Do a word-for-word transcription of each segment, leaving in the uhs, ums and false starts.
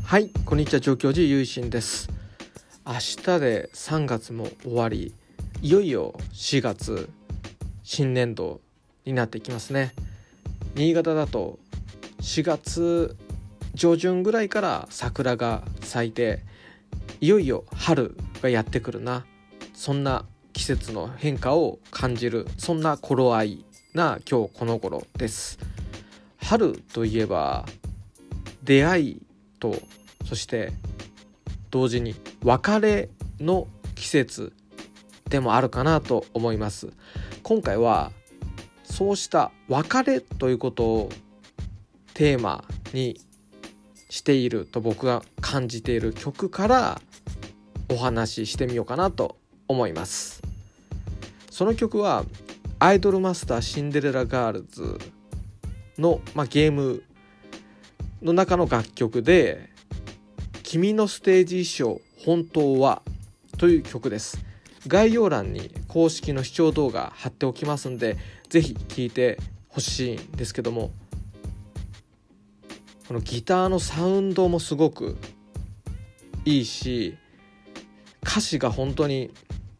はい、こんにちは。上京寺ゆいしんです。明日でさんがつも終わり、いよいよしがつ新年度になっていきますね。新潟だとしがつ上旬ぐらいから桜が咲いて、いよいよ春がやってくるな、そんな季節の変化を感じる、そんな頃合いな今日この頃です。春といえば出会いと、そして同時に別れの季節でもあるかなと思います。今回はそうした別れということをテーマにしていると僕が感じている曲からお話ししてみようかなと思います。その曲はアイドルマスターシンデレラガールズの、まあ、ゲームの中の楽曲で、君のステージ衣装本当はという曲です。概要欄に公式の視聴動画貼っておきますんで、ぜひ聴いてほしいんですけども、このギターのサウンドもすごくいいし、歌詞が本当に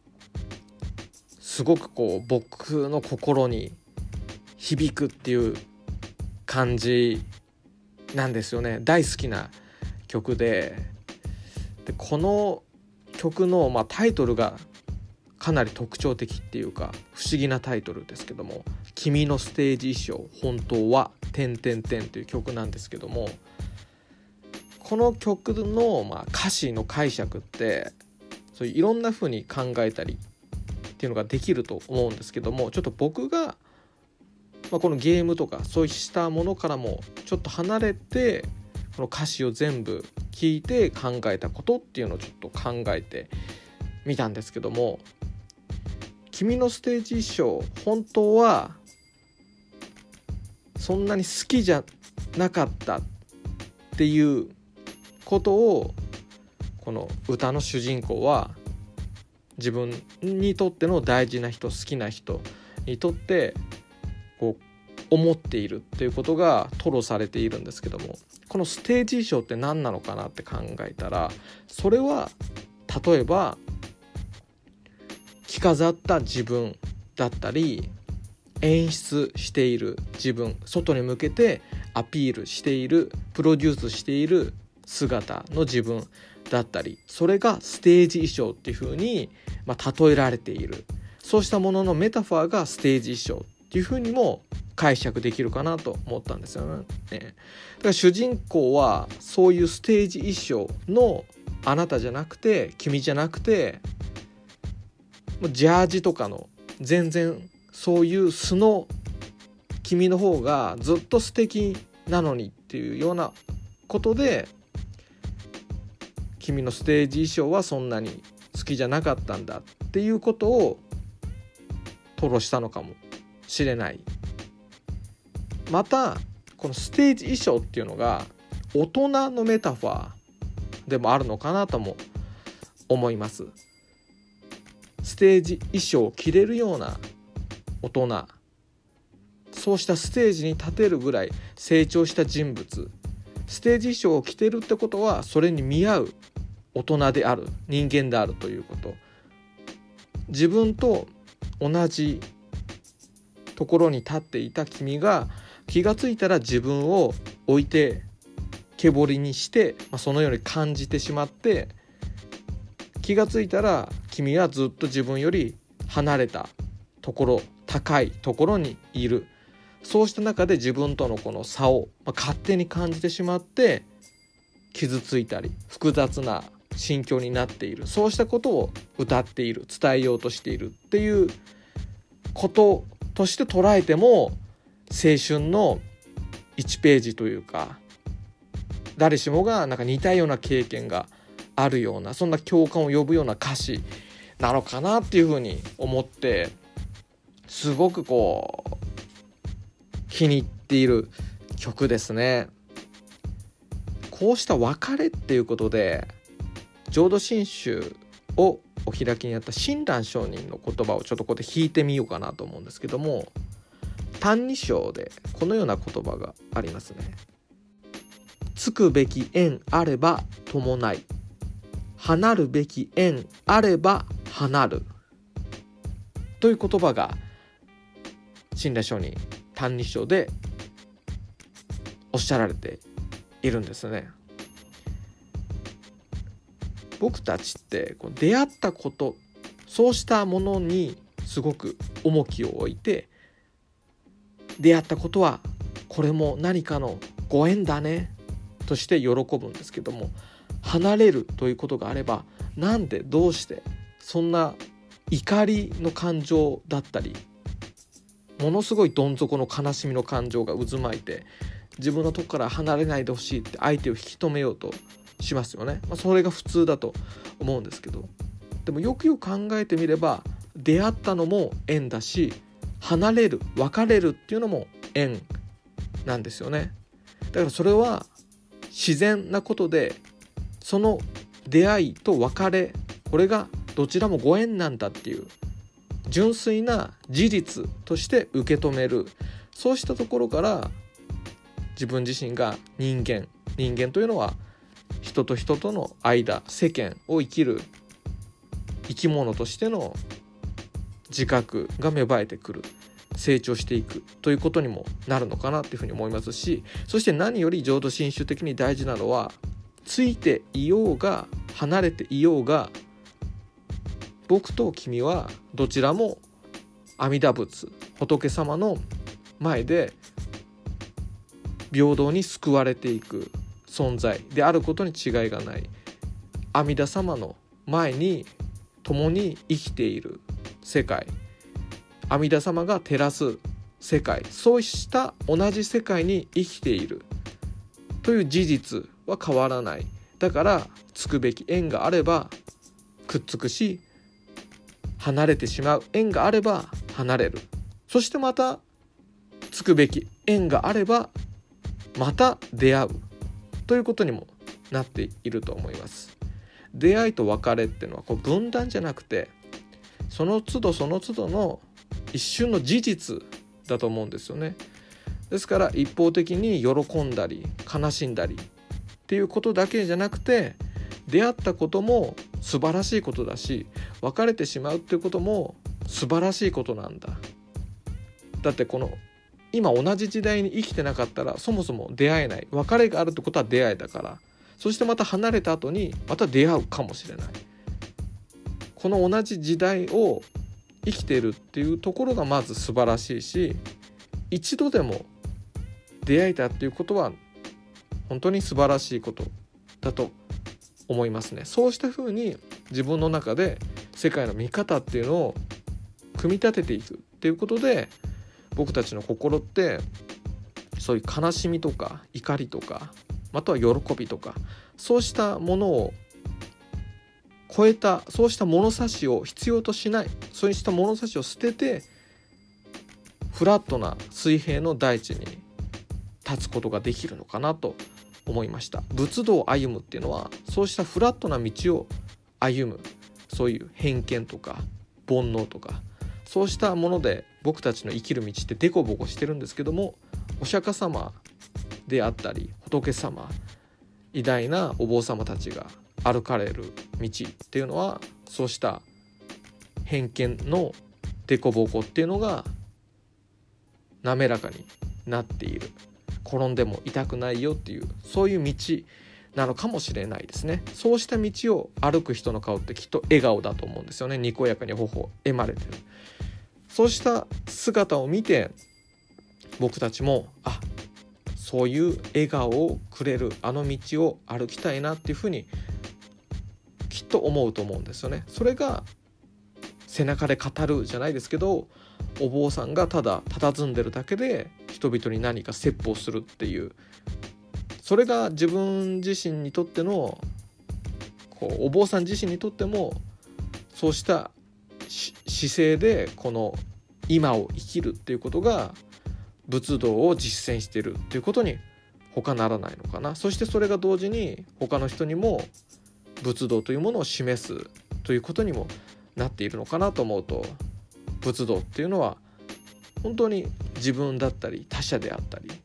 すごくこう僕の心に響くっていう感じなんですよね。大好きな曲で、でこの曲の、まあ、タイトルがかなり特徴的っていうか不思議なタイトルですけども、君のステージ衣装本当は点点点という曲なんですけども、この曲の、まあ、歌詞の解釈ってそういういろんな風に考えたりっていうのができると思うんですけども、ちょっと僕が、まあ、このゲームとかそうしたものからもちょっと離れて、この歌詞を全部聞いて考えたことっていうのをちょっと考えてみたんですけども、君のステージ衣装本当はそんなに好きじゃなかったっていうことを、この歌の主人公は自分にとっての大事な人、好きな人にとってこう思っているっていうことが吐露されているんですけども、このステージ衣装って何なのかなって考えたら、それは例えば着飾った自分だったり、演出している自分、外に向けてアピールしている、プロデュースしている姿の自分だったり、それがステージ衣装っていう風に、まあ、例えられている、そうしたもののメタファーがステージ衣装っていう風にも解釈できるかなと思ったんですよね。だから主人公はそういうステージ衣装のあなたじゃなくて、君じゃなくて、ジャージとかの全然そういう素の君の方がずっと素敵なのにっていうようなことで、君のステージ衣装はそんなに好きじゃなかったんだっていうことを吐露したのかもしれない。またこのステージ衣装っていうのが大人のメタファーでもあるのかなとも思います。ステージ衣装を着れるような大人、そうしたステージに立てるぐらい成長した人物、ステージ衣装を着てるってことはそれに見合う大人である、人間であるということ。自分と同じところに立っていた君が気がついたら自分を置いてけぼりにして、まあ、そのように感じてしまって、気がついたら君はずっと自分より離れたところ、高いところにいる。そうした中で自分とのこの差を、まあ、勝手に感じてしまって傷ついたり複雑な心境になっている、そうしたことを歌っている、伝えようとしているっていうこととして捉えても、青春のいちページというか、誰しもがなんか似たような経験があるような、そんな共感を呼ぶような歌詞なのかなっていうふうに思って、すごくこう気に入っている曲ですね。こうした別れっていうことで、浄土真宗をお開きにあった親鸞上人の言葉をちょっとここで弾いてみようかなと思うんですけども、「歎異抄」でこのような言葉がありますね。 つくべき縁あれば伴い、離るべき縁あれば離るという言葉が親鸞聖人歎異抄でおっしゃられているんですね。僕たちってこう出会ったこと、そうしたものにすごく重きを置いて、出会ったことはこれも何かのご縁だねとして喜ぶんですけども、離れるということがあれば、なんでどうしてそんな怒りの感情だったり、ものすごいどん底の悲しみの感情が渦巻いて、自分のとこから離れないでほしいって相手を引き止めようとしますよね。まあ、それが普通だと思うんですけど、でもよくよく考えてみれば、出会ったのも縁だし、離れる別れるっていうのも縁なんですよね。だからそれは自然なことで、その出会いと別れ、これがどちらもご縁なんだっていう純粋な事実として受け止める、そうしたところから自分自身が人間人間というのは人と人との間、世間を生きる生き物としての自覚が芽生えてくる、成長していくということにもなるのかなというふうに思いますし、そして何より浄土真宗的に大事なのは、ついていようが離れていようが、僕と君はどちらも阿弥陀仏、仏様の前で平等に救われていく存在であることに違いがない。阿弥陀様の前に共に生きている世界、阿弥陀様が照らす世界、そうした同じ世界に生きているという事実は変わらない。だからつくべき縁があればくっつくし、離れてしまう縁があれば離れる。そしてまたつくべき縁があればまた出会うということにもなっていると思います。出会いと別れっていうのはこう分断じゃなくて、その都度その都度の一瞬の事実だと思うんですよね。ですから一方的に喜んだり悲しんだりっていうことだけじゃなくて、出会ったことも素晴らしいことだし、別れてしまうっていうことも素晴らしいことなんだ。だってこの今同じ時代に生きてなかったらそもそも出会えない。別れがあるってことは出会いだから、そしてまた離れた後にまた出会うかもしれない。この同じ時代を生きているっていうところがまず素晴らしいし、一度でも出会えたっていうことは本当に素晴らしいことだと思いますね。そうしたふうに自分の中で世界の見方っていうのを組み立てていくっていうことで、僕たちの心ってそういう悲しみとか怒りとか、または喜びとか、そうしたものを超えた、そうした物差しを必要としない、そうした物差しを捨ててフラットな水平の大地に立つことができるのかなと思いました。仏道を歩むっていうのはそうしたフラットな道を歩む、そういう偏見とか煩悩とか、そうしたもので僕たちの生きる道ってデコボコしてるんですけども、お釈迦様であったり仏様、偉大なお坊様たちが歩かれる道っていうのは、そうした偏見のデコボコっていうのが滑らかになっている、転んでも痛くないよっていう、そういう道なのかもしれないですね。そうした道を歩く人の顔ってきっと笑顔だと思うんですよね。にこやかに頬笑まれてる、そうした姿を見て僕たちも、あ、そういう笑顔をくれるあの道を歩きたいなっていうふうにきっと思うと思うんですよね。それが背中で語るじゃないですけど、お坊さんがただ佇んでるだけで人々に何か説法するっていう、それが自分自身にとってのこうお坊さん自身にとってもそうした姿勢でこの今を生きるっていうことが仏道を実践しているっていうことに他ならないのかな。そしてそれが同時に他の人にも仏道というものを示すということにもなっているのかなと思うと、仏道っていうのは本当に自分だったり他者であったり、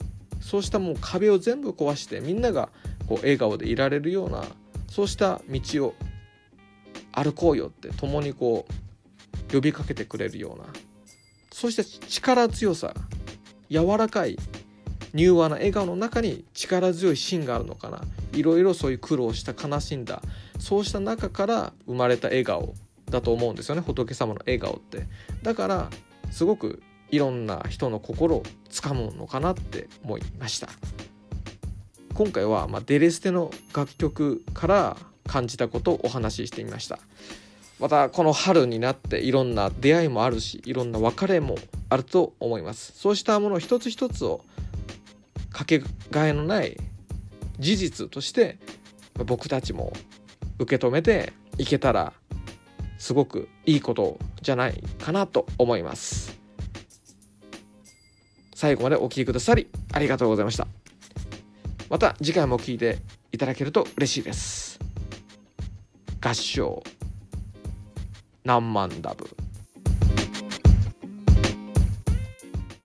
そうしたもう壁を全部壊してみんながこう笑顔でいられるような、そうした道を歩こうよって共にこう呼びかけてくれるような、そうした力強さ、柔らかい柔和な笑顔の中に力強い芯があるのかな。いろいろそういう苦労した悲しんだ、そうした中から生まれた笑顔だと思うんですよね、仏様の笑顔って。だからすごくいろんな人の心をつかむのかなって思いました。今回はまあデレステの楽曲から感じたことをお話ししてみました。またこの春になっていろんな出会いもあるし、いろんな別れもあると思います。そうしたもの一つ一つをかけがえのない事実として僕たちも受け止めていけたらすごくいいことじゃないかなと思います。最後までお聞きくださりありがとうございました。また次回も聞いていただけると嬉しいです。合唱何万ダブ。